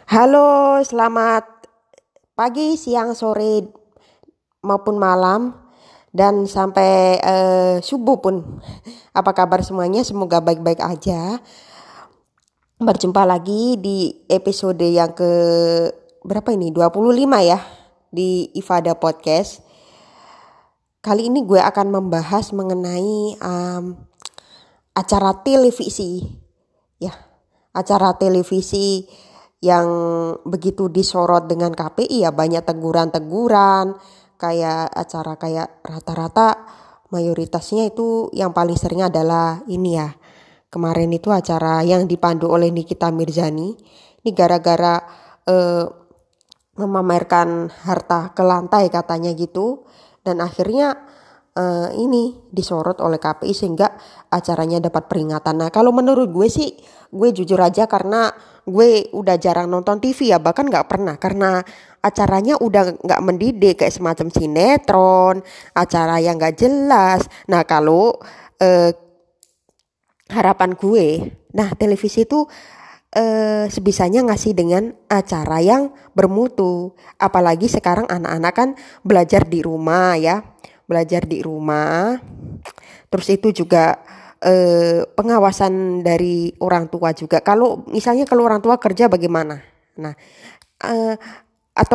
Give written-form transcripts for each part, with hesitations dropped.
Halo, selamat pagi, siang, sore maupun malam dan sampai subuh pun. Apa kabar semuanya? Semoga baik-baik aja. Berjumpa lagi di episode yang ke berapa ini? 25 ya di Ifada Podcast. Kali ini gue akan membahas mengenai acara televisi. Ya, acara televisi yang begitu disorot dengan KPI ya, banyak teguran-teguran, kayak acara kayak rata-rata mayoritasnya itu yang paling sering adalah ini ya. Kemarin itu acara yang dipandu oleh Nikita Mirzani. Ini gara-gara eh, memamerkan harta ke lantai katanya gitu, dan akhirnya ini disorot oleh KPI sehingga acaranya dapat peringatan. Nah, kalau menurut gue sih, gue jujur aja karena gue udah jarang nonton TV ya, bahkan nggak pernah karena acaranya udah nggak mendidik, kayak semacam sinetron, acara yang nggak jelas. Nah, kalau eh, harapan gue, nah televisi itu sebisanya ngasih dengan acara yang bermutu. Apalagi sekarang anak-anak kan belajar di rumah ya, belajar di rumah. Terus itu juga pengawasan dari orang tua juga. Kalau misalnya kalau orang tua kerja bagaimana? Nah, eh, atau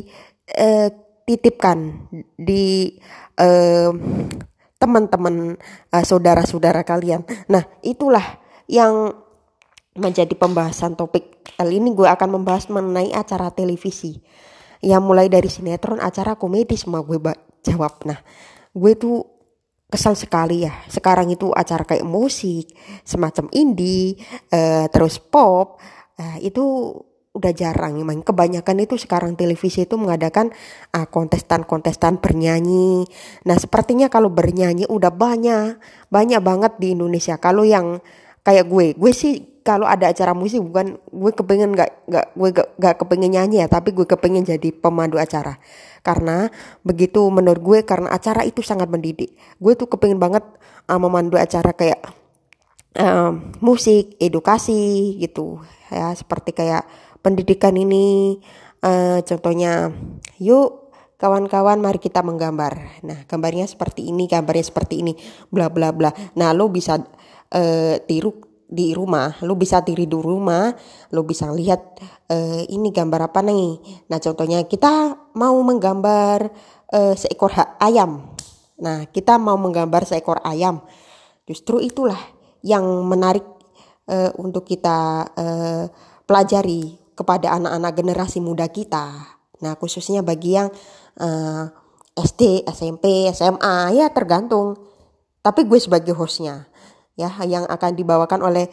dititipkan di eh, teman-teman saudara-saudara kalian. Nah, itulah yang menjadi pembahasan topik kali ini. Gue akan membahas mengenai acara televisi yang mulai dari sinetron, acara komedi, semua gue jawab. Nah, gue tuh kesal sekali ya. Sekarang itu acara kayak musik, semacam indie, terus pop, itu udah jarang emang. Kebanyakan itu sekarang televisi itu mengadakan kontestan-kontestan bernyanyi. Nah, sepertinya kalau bernyanyi udah banyak banget di Indonesia. Kalau yang kayak gue sih kalau ada acara musik, bukan gue kepengen gak kepengen nyanyi ya, tapi gue kepengen jadi pemandu acara. Karena begitu menurut gue, karena acara itu sangat mendidik. Gue tuh kepengen banget memandu acara kayak musik, edukasi gitu ya, seperti kayak pendidikan ini. Contohnya, yuk kawan-kawan mari kita menggambar. Nah, gambarnya seperti ini, gambarnya seperti ini, bla bla bla. Nah, lo bisa tiru di rumah, lo bisa tiru di rumah, lo bisa lihat ini gambar apa nih. Nah, contohnya kita mau menggambar seekor ayam. Nah, kita mau menggambar seekor ayam. Justru itulah yang menarik untuk kita pelajari kepada anak-anak generasi muda kita. Nah, khususnya bagi yang SD, SMP, SMA, ya tergantung. Tapi gue sebagai hostnya, ya, yang akan dibawakan oleh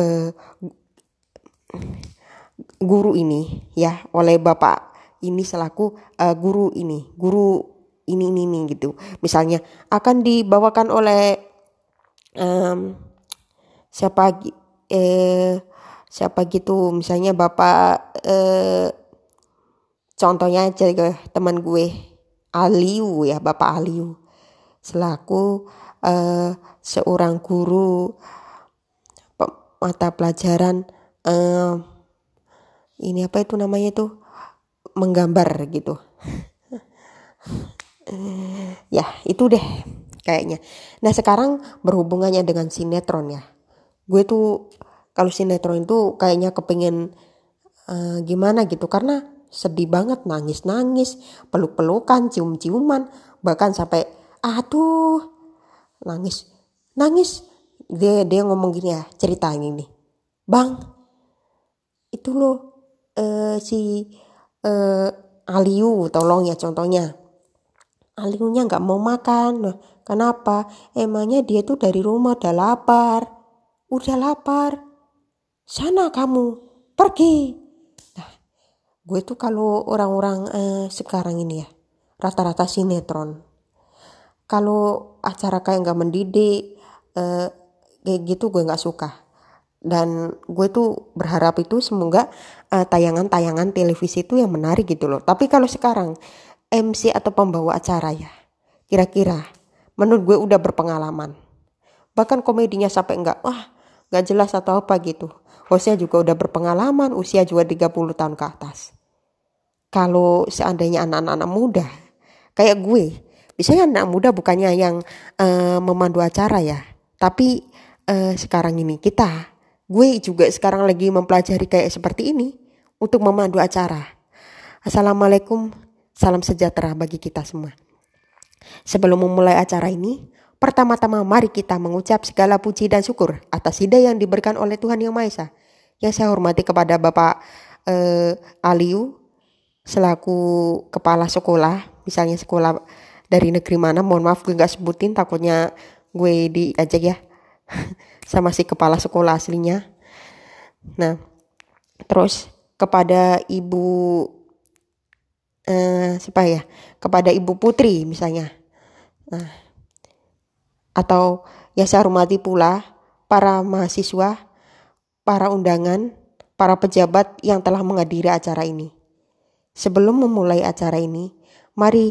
guru ini, ya, oleh bapak ini selaku guru ini gitu. Misalnya akan dibawakan oleh siapa siapa gitu, misalnya bapak contohnya aja ke teman gue Aliu ya, bapak Aliu selaku seorang guru mata pelajaran ini apa itu namanya itu, menggambar gitu. Ya itu deh kayaknya. Nah, sekarang berhubungannya dengan sinetron ya, gue tuh kalau sinetron itu kayaknya kepengen gimana gitu, karena sedih banget, nangis-nangis, peluk-pelukan, cium-ciuman, bahkan sampai aduh nangis nangis. Dia ngomong gini ya, cerita ini, bang itu loh si Aliu, tolong ya, contohnya Aliunya nggak mau makan. Nah, kenapa? Emangnya dia tuh dari rumah udah lapar, sana kamu pergi. Nah, gue tuh kalau orang-orang sekarang ini ya, rata-rata sinetron. Kalau acara kayak nggak mendidik, kayak gitu gue nggak suka. Dan gue tuh berharap itu semoga tayangan-tayangan televisi itu yang menarik gitu loh. Tapi kalau sekarang MC atau pembawa acara ya, kira-kira menurut gue udah berpengalaman. Bahkan komedinya sampai nggak jelas atau apa gitu. hostnya juga udah berpengalaman, usia juga 30 tahun ke atas. Kalau seandainya anak-anak muda kayak gue, biasanya anak muda bukannya yang memandu acara ya, tapi sekarang ini gue juga sekarang lagi mempelajari kayak seperti ini untuk memandu acara. Assalamualaikum, salam sejahtera bagi kita semua. Sebelum memulai acara ini, pertama-tama mari kita mengucap segala puji dan syukur atas hidayah yang diberikan oleh Tuhan Yang Maha Esa. Yang saya hormati kepada Bapak Aliu selaku kepala sekolah, misalnya sekolah dari negeri mana, mohon maaf gue gak sebutin takutnya gue diajak ya sama si kepala sekolah aslinya. Nah, terus kepada Ibu kepada Ibu Putri misalnya, atau yang saya hormati pula para mahasiswa, para undangan, para pejabat yang telah menghadiri acara ini. Sebelum memulai acara ini, mari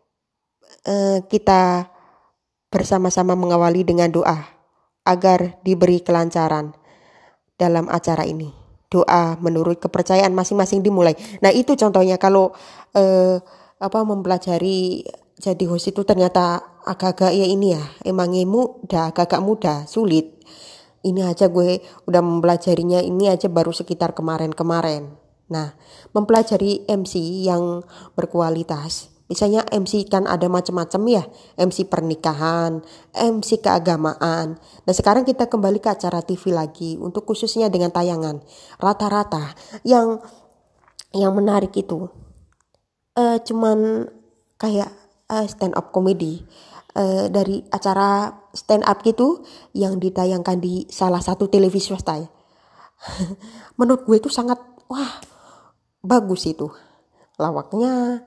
kita bersama-sama mengawali dengan doa agar diberi kelancaran dalam acara ini. Doa menurut kepercayaan masing-masing dimulai. Nah itu contohnya kalau mempelajari jadi host itu ternyata agak-agak ya ini ya, emangnya agak-agak mudah, sulit. Ini aja gue udah mempelajarinya ini aja baru sekitar kemarin-kemarin. Nah, mempelajari MC yang berkualitas. Misalnya MC kan ada macam-macam ya, MC pernikahan, MC keagamaan. Nah sekarang kita kembali ke acara TV lagi untuk khususnya dengan tayangan. Rata-rata yang menarik itu cuman kayak stand up comedy dari acara stand up gitu yang ditayangkan di salah satu televisi swasta ya. Menurut gue itu sangat bagus itu. Lawaknya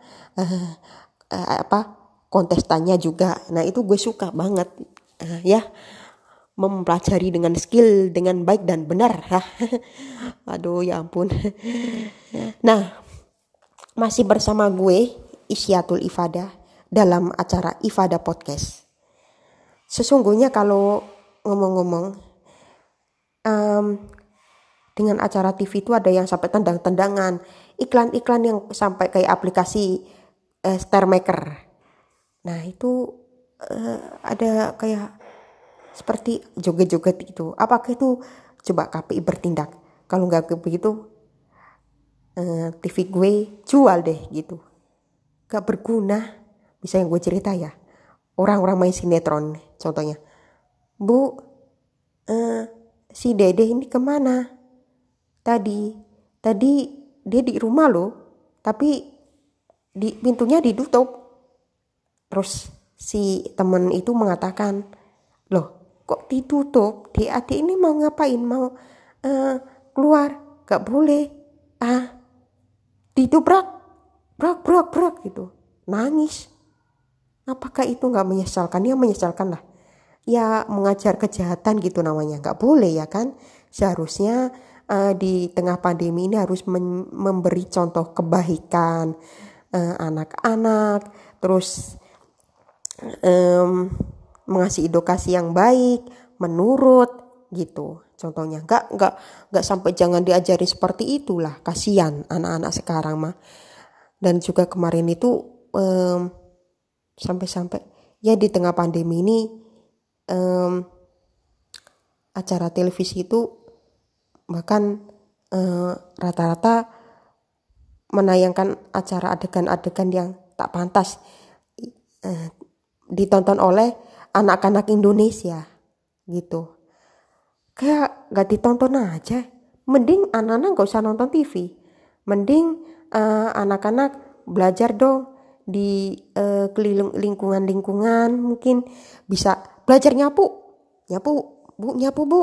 kontestannya juga. Nah itu gue suka banget ya, mempelajari dengan skill dengan baik dan benar. Aduh ya ampun. Nah masih bersama gue Isyatul Ifadah dalam acara Ifadah Podcast. Sesungguhnya kalau ngomong-ngomong dengan acara TV itu ada yang sampai tendang-tendangan, iklan-iklan yang sampai kayak aplikasi Star Maker. Nah itu ada kayak seperti joget-joget itu. Apakah itu coba KPI bertindak? Kalau nggak begitu TV gue jual deh gitu. Gak berguna. Misalnya gue cerita ya, orang-orang main sinetron contohnya, Bu si Dede ini kemana? Tadi dia di rumah loh, tapi pintunya ditutup. Terus si teman itu mengatakan, loh kok ditutup? Adik ini mau ngapain? Mau keluar? Gak boleh. Didobrak, brak gitu. Nangis. Apakah itu gak menyesalkan? Ya menyesalkan lah. Ya mengajar kejahatan gitu namanya. Gak boleh ya kan? Seharusnya di tengah pandemi ini harus memberi contoh kebaikan anak-anak, terus mengasih edukasi yang baik, menurut gitu. Contohnya nggak sampai jangan diajari seperti itulah, kasihan anak-anak sekarang mah. Dan juga kemarin itu sampai ya di tengah pandemi ini acara televisi itu bahkan rata-rata menayangkan acara adegan-adegan yang tak pantas ditonton oleh anak-anak Indonesia gitu. Kayak gak ditonton aja. Mending anak-anak gak usah nonton TV. Mending anak-anak belajar dong di lingkungan mungkin bisa belajar nyapu bu.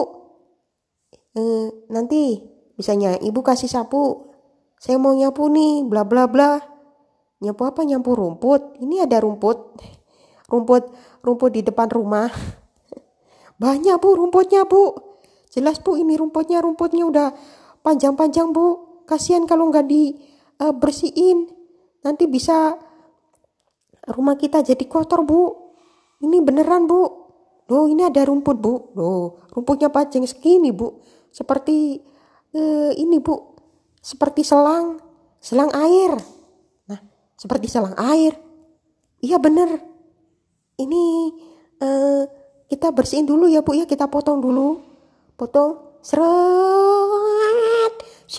Nanti misalnya ibu kasih sapu, saya mau nyapu nih bla bla bla. Nyapu apa? Nyapu rumput. Ini ada rumput di depan rumah. Banyak bu rumputnya bu. Jelas bu ini rumputnya udah panjang-panjang bu. Kasihan kalau nggak dibersihin. Nanti bisa rumah kita jadi kotor bu. Ini beneran bu. Loh ini ada rumput bu. Loh rumputnya panjang segini bu. Seperti ini Bu, seperti selang air. Nah, seperti selang air. Iya bener. Ini kita bersihin dulu ya Bu ya, kita potong dulu. Potong, seret.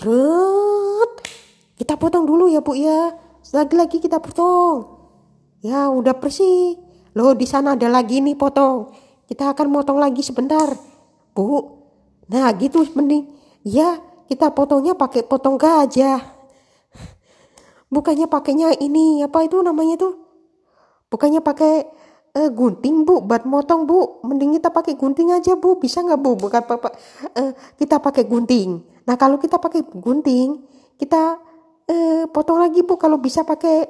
Kita potong dulu ya Bu ya. Lagi-lagi kita potong. Ya udah bersih. Loh di sana ada lagi nih potong. Kita akan potong lagi sebentar Bu. Nah gitu mending. Ya kita potongnya pakai potong gajah. Bukannya pakainya ini apa itu namanya tuh. Bukannya pakai gunting Bu, buat motong Bu. Mending kita pakai gunting aja Bu. Bisa nggak Bu? Bukan kita pakai gunting. Nah kalau kita pakai gunting, kita potong lagi Bu. Kalau bisa pakai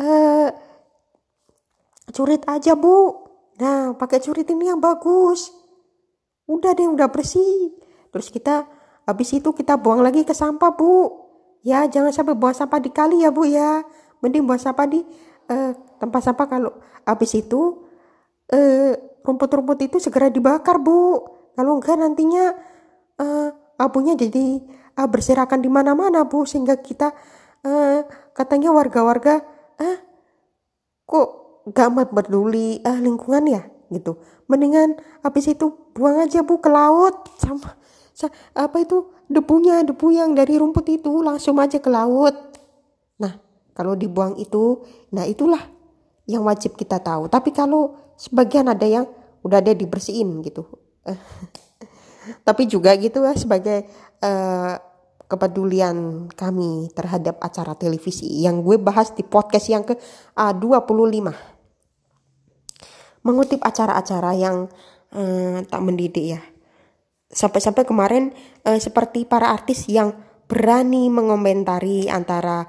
curit aja Bu. Nah pakai curit ini yang bagus. Udah deh, udah bersih. Terus kita habis itu kita buang lagi ke sampah Bu. Ya jangan sampai buang sampah di kali ya Bu ya. Mending buang sampah di tempat sampah. Kalau habis itu rumput-rumput itu segera dibakar Bu. Kalau enggak nantinya abunya jadi berserakan di mana-mana Bu. Sehingga kita katanya warga-warga kok gak peduli lingkungan ya gitu. Mendingan habis itu buang aja Bu ke laut. Sama apa itu debu yang dari rumput itu langsung aja ke laut. Nah kalau dibuang itu, nah itulah yang wajib kita tahu. Tapi kalau sebagian ada yang udah ada dibersihin gitu. Tapi juga gitu ya sebagai kepedulian kami terhadap acara televisi yang gue bahas di podcast yang ke-25. Mengutip acara-acara yang tak mendidik ya. Sampai-sampai kemarin seperti para artis yang berani mengomentari antara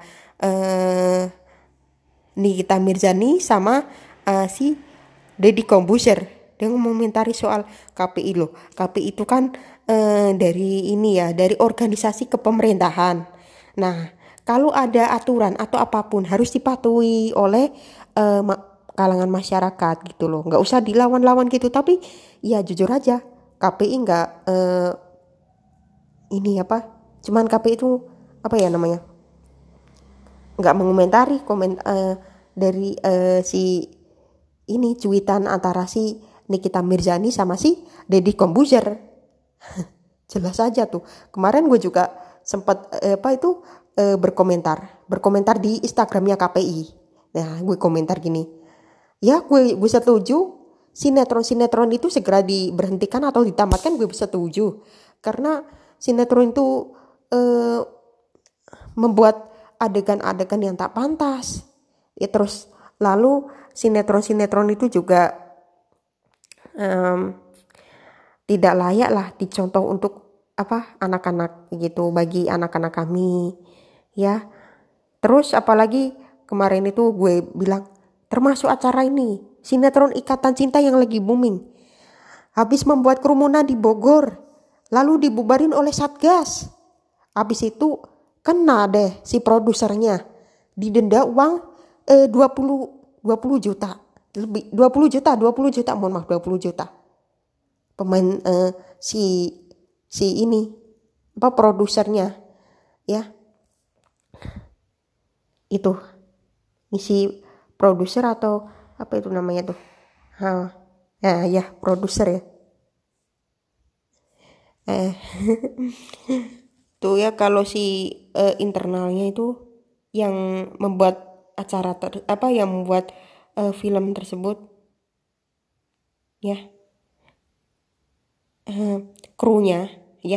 Nikita Mirzani sama si Deddy Corbuzier. Dia mengomentari soal KPI loh. KPI itu kan dari ini ya, dari organisasi kepemerintahan. Nah, kalau ada aturan atau apapun harus dipatuhi oleh kalangan masyarakat gitu loh. Nggak usah dilawan-lawan gitu. Tapi ya jujur aja, KPI nggak ini apa? Cuman KPI itu apa ya namanya? Nggak mengomentari dari si ini cuitan antara si Nikita Mirzani sama si Deddy Corbuzier. Jelas aja tuh. Kemarin gue juga sempat berkomentar di Instagramnya KPI. Nah gue komentar gini, ya gue setuju sinetron itu segera diberhentikan atau ditamatkan. Gue bisa setuju karena sinetron itu membuat adegan-adegan yang tak pantas. Ya terus lalu sinetron itu juga tidak layak lah dicontoh untuk anak-anak gitu, bagi anak-anak kami ya. Terus apalagi kemarin itu gue bilang termasuk acara ini sinetron Ikatan Cinta yang lagi booming habis membuat kerumunan di Bogor lalu dibubarin oleh Satgas. Habis itu kena deh si produsernya didenda uang 20 juta lebih, 20 juta mohon maaf 20 juta. Pemain si ini produsernya ya, itu isi produser atau apa itu namanya tuh, ya produser ya. Tuh ya kalau si internalnya itu yang membuat acara yang membuat film tersebut ya, krunya ya,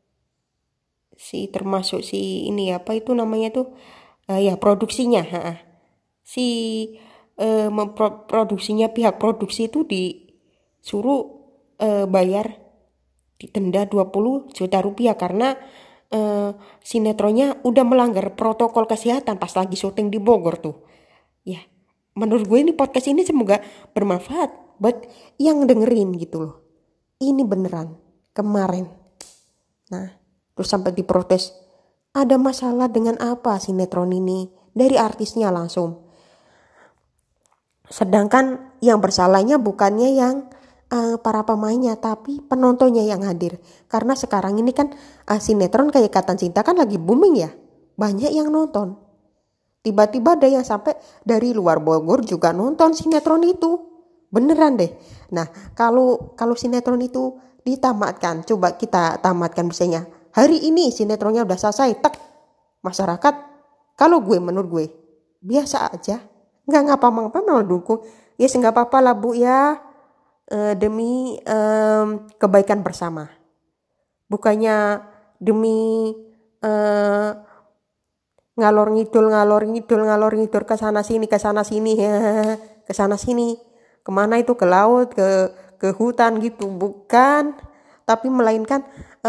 termasuk si ini apa itu namanya tuh ya produksinya, si produksinya, pihak produksi itu disuruh bayar didenda 20 juta rupiah karena sinetronnya udah melanggar protokol kesehatan pas lagi syuting di Bogor tuh. Ya, menurut gue ini podcast ini semoga bermanfaat buat yang dengerin gitu loh. Ini beneran kemarin. Nah, terus sampai diprotes. Ada masalah dengan apa sinetron ini? Dari artisnya langsung. Sedangkan yang bersalahnya bukannya yang para pemainnya, tapi penontonnya yang hadir. Karena sekarang ini kan sinetron kayak Ikatan Cinta kan lagi booming ya. Banyak yang nonton. Tiba-tiba ada yang sampai dari luar Bogor juga nonton sinetron itu. Beneran deh. Nah, kalau sinetron itu ditamatkan, coba kita tamatkan misalnya. Hari ini sinetronnya udah selesai, tek. Masyarakat, kalau menurut gue, biasa aja. Nggak ngapa-ngapa malah dukung. Ya, nggak apa-apa lah Bu ya. Demi kebaikan bersama. Bukannya demi ngalor ngidul ke sana sini ke sana sini, kemana itu, ke laut, ke hutan gitu, bukan, tapi melainkan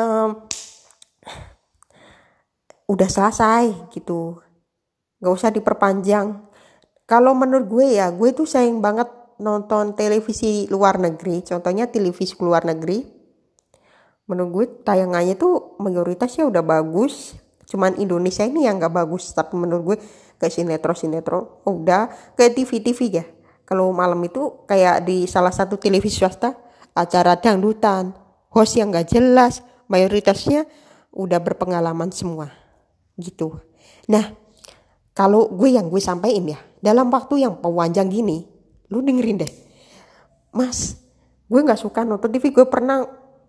udah selesai gitu, nggak usah diperpanjang. Kalau menurut gue ya, gue tuh sayang banget nonton televisi luar negeri, contohnya televisi luar negeri. Menurut gue tayangannya tuh mayoritasnya udah bagus. Cuman Indonesia ini yang gak bagus. Tapi menurut gue kayak sinetron udah kayak TV ya. Kalau malam itu kayak di salah satu televisi swasta, acara dangdutan, host yang gak jelas, mayoritasnya udah berpengalaman semua gitu. Nah, kalau yang gue sampaikan ya, dalam waktu yang panjang gini, lu dengerin deh, Mas, gue gak suka nonton TV. Gue pernah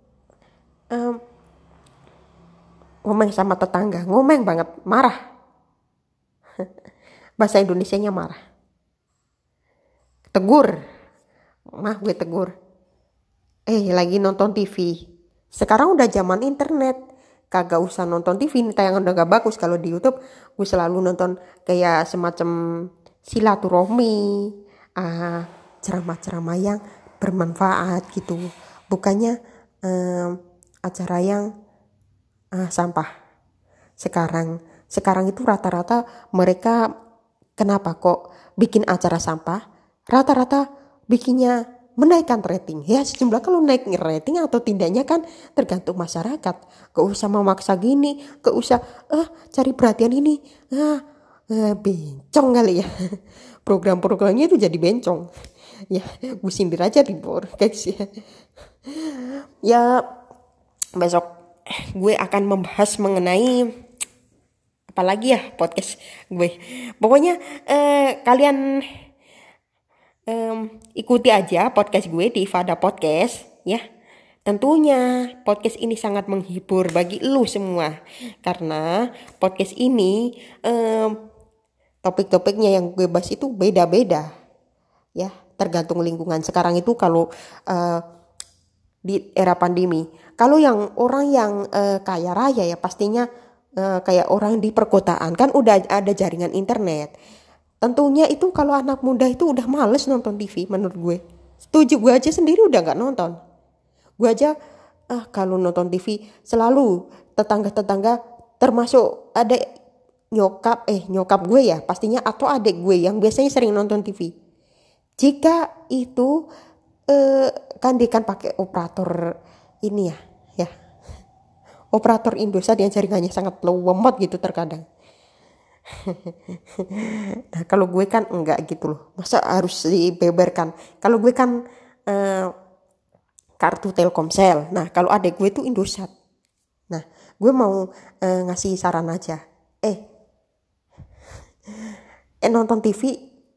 ngomong sama tetangga, ngomong banget, marah. Bahasa Indonesianya marah. Tegur. Gue tegur. Lagi nonton TV. Sekarang udah zaman internet. Kagak usah nonton TV, ini tayangan udah gak bagus. Kalau di YouTube, gue selalu nonton kayak semacam silaturahmi, ceramah-ceramah yang bermanfaat gitu. Bukannya acara yang sampah. Sekarang itu rata-rata mereka kenapa kok bikin acara sampah? Rata-rata bikinnya menaikkan rating. Ya sejumlah kalau naik rating atau tidaknya kan tergantung masyarakat. Gak usah memaksa gini, gak usah cari perhatian ini. Bencong kali ya. Program-programnya itu jadi bencong. Ya, gue sindir aja di guys ya. Ya, besok gue akan membahas mengenai apalagi ya podcast gue. Pokoknya kalian ikuti aja podcast gue di Fada Podcast ya. Tentunya podcast ini sangat menghibur bagi lu semua. Karena podcast ini topik-topiknya yang gue bahas itu beda-beda. Ya, tergantung lingkungan. Sekarang itu kalau di era pandemi, kalau yang orang yang kaya raya ya pastinya kayak orang di perkotaan kan udah ada jaringan internet. Tentunya itu kalau anak muda itu udah males nonton TV menurut gue. Setuju, gue aja sendiri udah gak nonton. Gue aja kalau nonton TV selalu tetangga-tetangga, termasuk ada nyokap gue ya pastinya, atau adik gue yang biasanya sering nonton TV. Jika itu kan dia kan pakai operator ini ya operator Indosat yang jaringannya sangat lemot gitu terkadang. Nah kalau gue kan enggak gitu loh, masa harus dibeberkan. Kalau gue kan kartu Telkomsel. Nah kalau adik gue itu Indosat. Nah gue mau ngasih saran aja. Nonton TV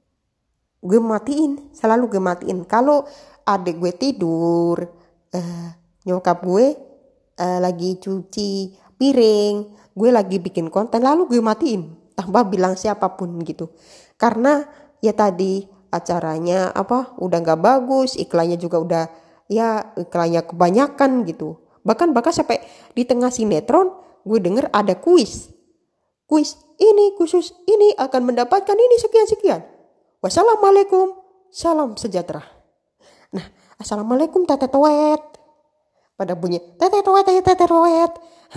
selalu gue matiin. Kalau adik gue tidur, nyokap gue lagi cuci piring, gue lagi bikin konten, lalu gue matiin tanpa bilang siapapun gitu. Karena ya tadi acaranya udah gak bagus, iklannya juga udah iklannya kebanyakan gitu. Bahkan sampai di tengah sinetron gue denger ada kuis ini khusus ini akan mendapatkan ini sekian. Wassalamualaikum, salam sejahtera. Nah, assalamualaikum tetetowet. Pada bunyi tetetowet.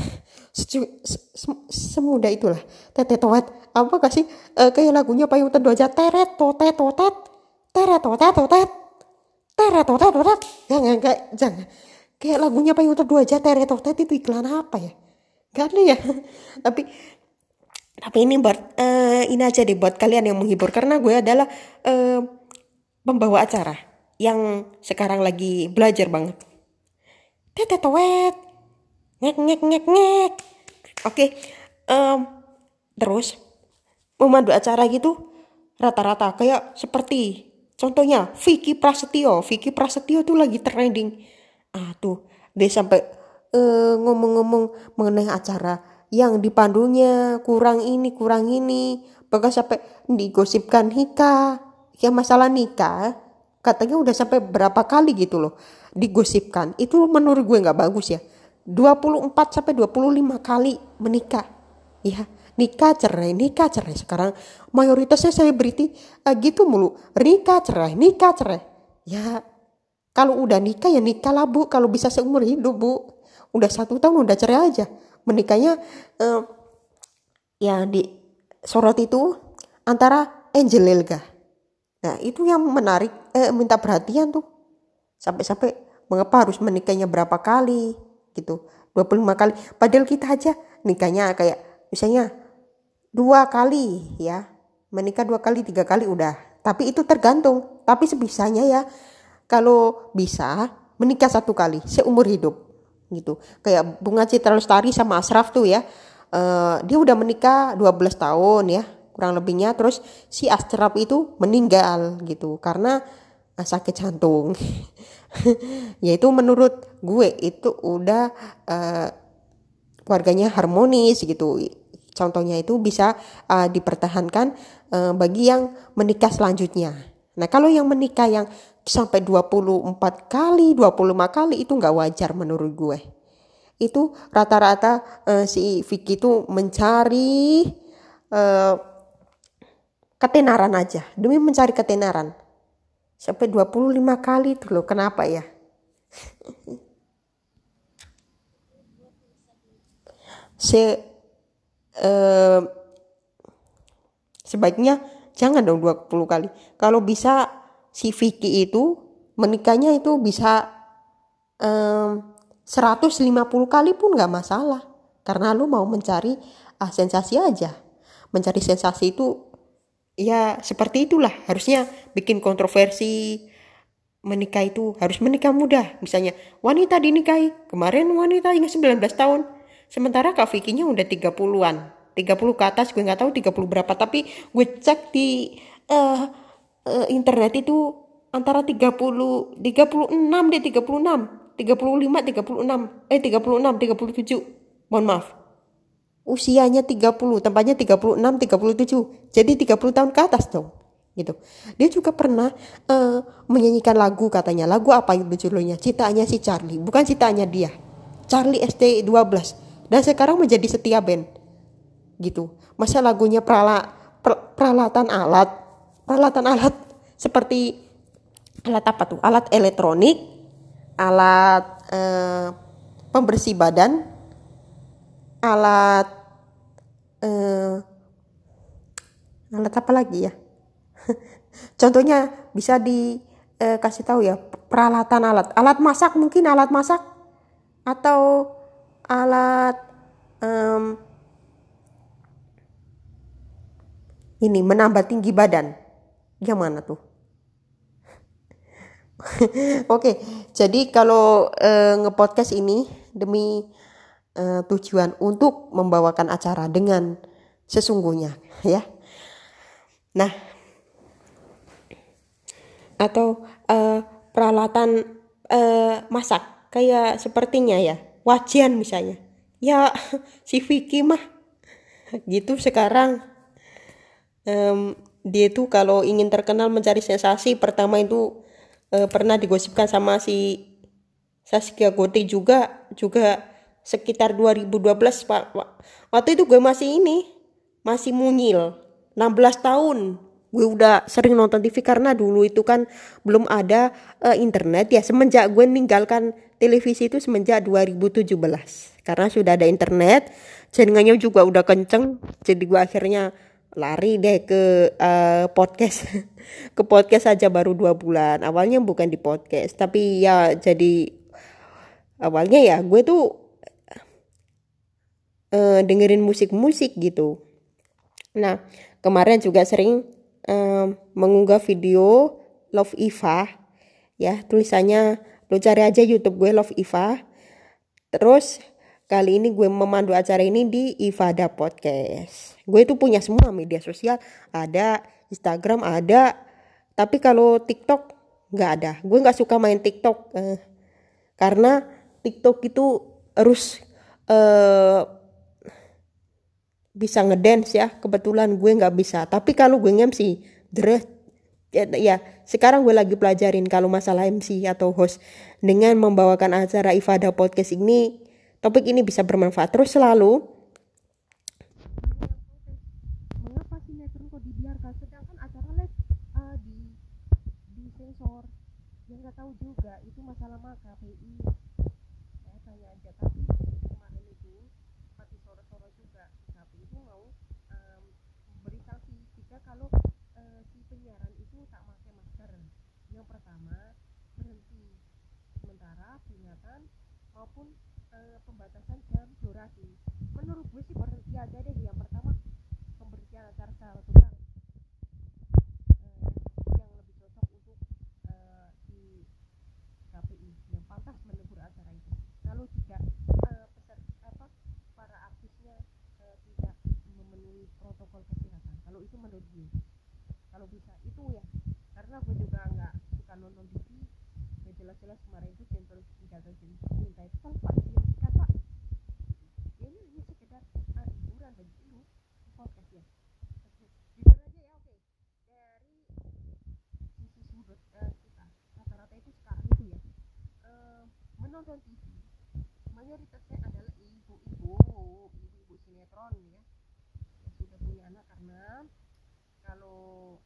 Semudah itulah tetetowet. Apa kasih kayak lagunya Payung Teduh aja, teret totet. Jangan. Kayak lagunya Payung Teduh aja, teret totet, itu iklan apa ya? Gak ada ya. Tapi ini buat ini aja deh buat kalian yang menghibur, karena gue adalah pembawa acara. yang sekarang lagi belajar banget. Tetetowet, ngek ngek ngek ngek. Oke, terus pemandu acara gitu rata-rata kayak seperti contohnya Vicky Prasetyo tuh lagi trending. Tuh dia sampai ngomong-ngomong mengenai acara yang dipandunya kurang ini, bahkan sampai digosipkan nikah. Ya masalah nikah katanya udah sampai berapa kali gitu loh digosipkan. Itu menurut gue nggak bagus ya. 24 sampai 25 kali menikah. Ya, nikah cerai. Sekarang mayoritasnya selebriti gitu mulu. Nikah cerai. Ya, kalau udah nikah ya nikah lah Bu. Kalau bisa seumur hidup Bu. Udah 1 tahun udah cerai aja. Menikahnya ya di sorot itu antara Angel Elga. Nah itu yang menarik, minta perhatian tuh. Sampai-sampai mengapa harus menikahnya berapa kali gitu. 25 kali. Padahal kita aja nikahnya kayak misalnya 2 kali ya. Menikah 2 kali, 3 kali udah. Tapi itu tergantung. Tapi sebisanya ya. Kalau bisa menikah 1 kali seumur hidup gitu. Kayak Bunga Citra Lestari sama Ashraf tuh ya. Dia udah menikah 12 tahun ya kurang lebihnya. Terus si Ashraf itu meninggal gitu karena sakit jantung. Yaitu menurut gue itu udah keluarganya harmonis gitu. Contohnya itu bisa dipertahankan bagi yang menikah selanjutnya. Nah kalau yang menikah yang sampai 24 kali, 25 kali itu nggak wajar menurut gue. Itu rata-rata si Vicky itu mencari ketenaran aja. Demi mencari ketenaran. Sampai 25 kali itu loh. Kenapa ya? Sebaiknya jangan dong 20 kali. Kalau bisa si Vicky itu menikahnya itu bisa 150 kali pun gak masalah. Karena lu mau mencari sensasi aja. Mencari sensasi itu ya seperti itulah. Harusnya bikin kontroversi. Menikah itu harus menikah muda. Misalnya wanita dinikahi. Kemarin wanita yang 19 tahun. Sementara Kak Vicky-nya udah 30-an. 30 ke atas gue gak tahu 30 berapa. Tapi gue cek di internet itu antara 36 deh 36 37. Mohon maaf. Usianya 30, tempatnya 36, 37. Jadi 30 tahun ke atas dong. Gitu. Dia juga pernah menyanyikan lagu katanya. Lagu apa itu judulnya? Cintanya si Charlie, bukan cintanya dia. Charlie ST12 dan sekarang menjadi setia band. Gitu. Masa lagunya peralatan alat seperti alat apa tuh? Alat elektronik, alat pembersih badan, alat apa lagi ya? Contohnya bisa dikasih tahu ya, peralatan alat masak, mungkin alat masak atau alat ini menambah tinggi badan. Yang mana tuh? Oke, jadi kalau ngepodcast ini demi tujuan untuk membawakan acara dengan sesungguhnya ya. Nah, atau peralatan masak kayak sepertinya ya, wajan misalnya. Ya si Vicky mah gitu sekarang dia tuh kalau ingin terkenal mencari sensasi pertama itu pernah digosipkan sama si Zaskia Gotik juga sekitar 2012 Pak. Waktu itu gue masih mungil 16 tahun. Gue udah sering nonton TV karena dulu itu kan belum ada internet ya. Semenjak gue meninggalkan televisi itu semenjak 2017. Karena sudah ada internet, jaringannya juga udah kenceng. Jadi gue akhirnya lari deh ke podcast. Ke podcast aja baru 2 bulan. Awalnya bukan di podcast, tapi ya jadi awalnya ya gue tuh dengerin musik gitu. Nah kemarin juga sering mengunggah video Love Eva Ya, tulisannya lo cari aja YouTube gue Love Iva. Terus kali ini gue memandu acara ini di Ivada Podcast. Gue itu punya semua media sosial, ada Instagram ada, tapi kalau TikTok nggak ada. Gue nggak suka main TikTok karena TikTok itu harus bisa ngedance ya. Kebetulan gue nggak bisa. Tapi kalau gue nge-MC, ya sekarang gue lagi pelajarin kalau masalah MC atau host dengan membawakan acara Ivada Podcast ini. Topik ini bisa bermanfaat terus selalu. Mengapa sinetron kok dibiarkan sedangkan acara live di sensor? Yang nggak tahu juga itu masalah KPI. Saya tanya aja, tapi kemarin itu pasti sore-sore juga KPI itu mau beri sanksi jika kalau si penyiaran itu tak pakai masker. Yang pertama berhenti sementara peringatan maupun pembatasan jam durasi. Menurut gue sih berhenti aja deh. Yang pertama pemberhentian acara secara total yang lebih cocok untuk si KPI yang pantas menegur acara itu. Kalau tidak para artisnya tidak memenuhi protokol kesehatan. Kalau itu menurut gue, kalau bisa itu ya, karena gue juga nggak suka nonton TV. Ya jelas-jelas kemarin itu central pidato cinta itu kan Pak kata ya ini sekedar hiburan bagi lu podcast ya. Jujur aja ya, oke. Dari sisi sudut kita rata-rata itu sekarang itu ya menonton TV mayoritasnya adalah ibu-ibu sinetron ya, yang sudah punya anak. Karena kalau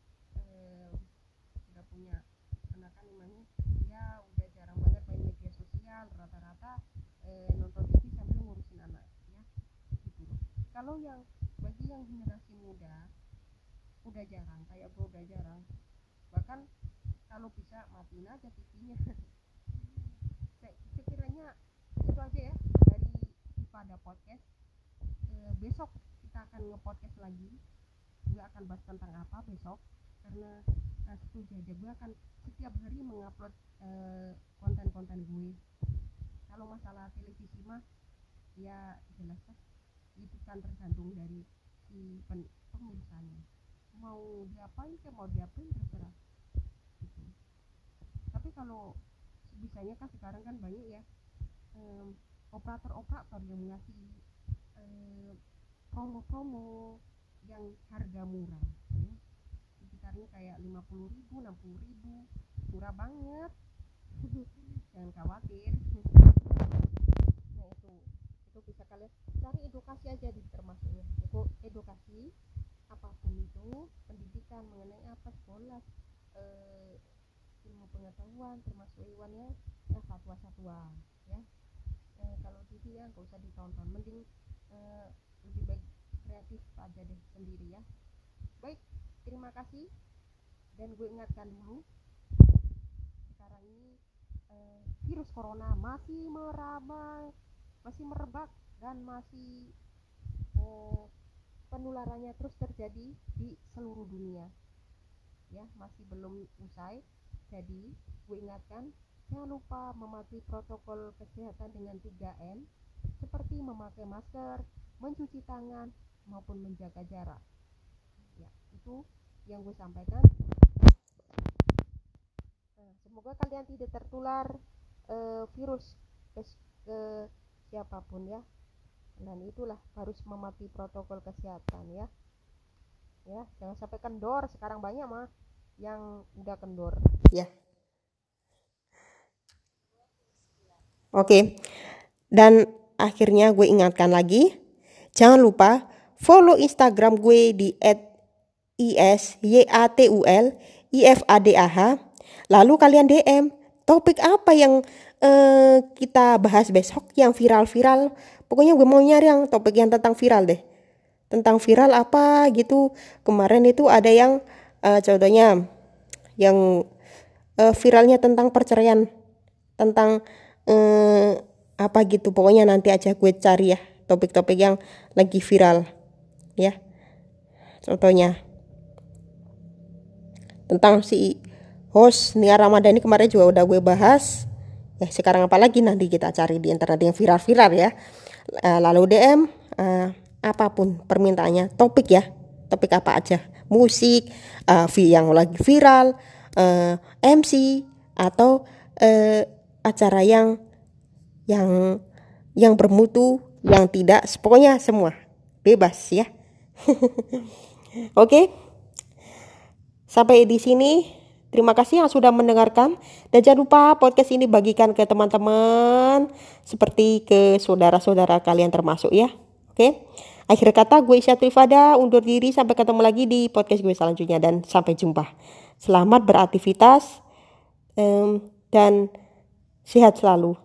sudah punya anak kan memangnya ya udah jarang banget main media sosial, rata-rata nonton TV sambil ngurusin anak ya gitu. Kalau yang bagi yang generasi muda udah jarang, kayak gue udah jarang, bahkan kalau bisa matiin aja TV-nya. Sekiranya itu aja ya dari pada podcast. Besok kita akan nge-podcast lagi. Gue akan bahas tentang apa besok, karena setuju aja gue akan setiap hari mengupload konten-konten gue. Kalau masalah televisi mah ya jelas lah, itu kan tergantung dari si pemirsanya mau diapain terserah gitu. Tapi kalau bisanya kan sekarang kan banyak ya operator yang ngasih promo-promo yang harga murah ya. Sekitarnya kayak 50.000, 60.000, murah banget. Jangan khawatir. Nah itu bisa kalian cari edukasi aja di termasuknya edukasi apapun itu, pendidikan mengenai apa, sekolah, ilmu pengetahuan termasuk hewannya ya, satwa-satwa ya. Kalau TV ya nggak usah ditonton, mending lebih baik kreatif aja deh sendiri ya. Baik, terima kasih. Dan gue ingatkan dulu, sekarang ini virus corona masih merebak dan masih penularannya terus terjadi di seluruh dunia ya, masih belum usai. Jadi gue ingatkan, jangan lupa mematuhi protokol kesehatan dengan 3M seperti memakai masker, mencuci tangan maupun menjaga jarak ya. Itu yang gue sampaikan. Semoga kalian tidak tertular virus ke siapapun ya. Dan itulah harus mematuhi protokol kesehatan ya. Ya, jangan sampai kendor. Sekarang banyak mah yang udah kendor ya. Oke. Dan akhirnya gue ingatkan lagi, jangan lupa follow Instagram gue di @isyatul_ifadah. Lalu kalian DM topik apa yang kita bahas besok yang viral-viral. Pokoknya gue mau nyari yang topik yang tentang viral deh. Tentang viral apa gitu. Kemarin itu ada yang contohnya yang viralnya tentang perceraian, tentang apa gitu. Pokoknya nanti aja gue cari ya topik-topik yang lagi viral ya. Contohnya tentang si host Nia Ramadhani kemarin juga udah gue bahas. Ya sekarang apalagi nanti kita cari di internet yang viral-viral ya. Lalu DM apapun permintaannya, topik ya, topik apa aja, musik, yang lagi viral, MC atau acara yang bermutu, yang tidak, pokoknya semua bebas ya. Oke. Sampai di sini. Terima kasih yang sudah mendengarkan. Dan jangan lupa podcast ini bagikan ke teman-teman seperti ke saudara-saudara kalian termasuk ya. Oke. Akhir kata gue Isyatul Ifada undur diri, sampai ketemu lagi di podcast gue selanjutnya dan sampai jumpa. Selamat beraktivitas dan sehat selalu.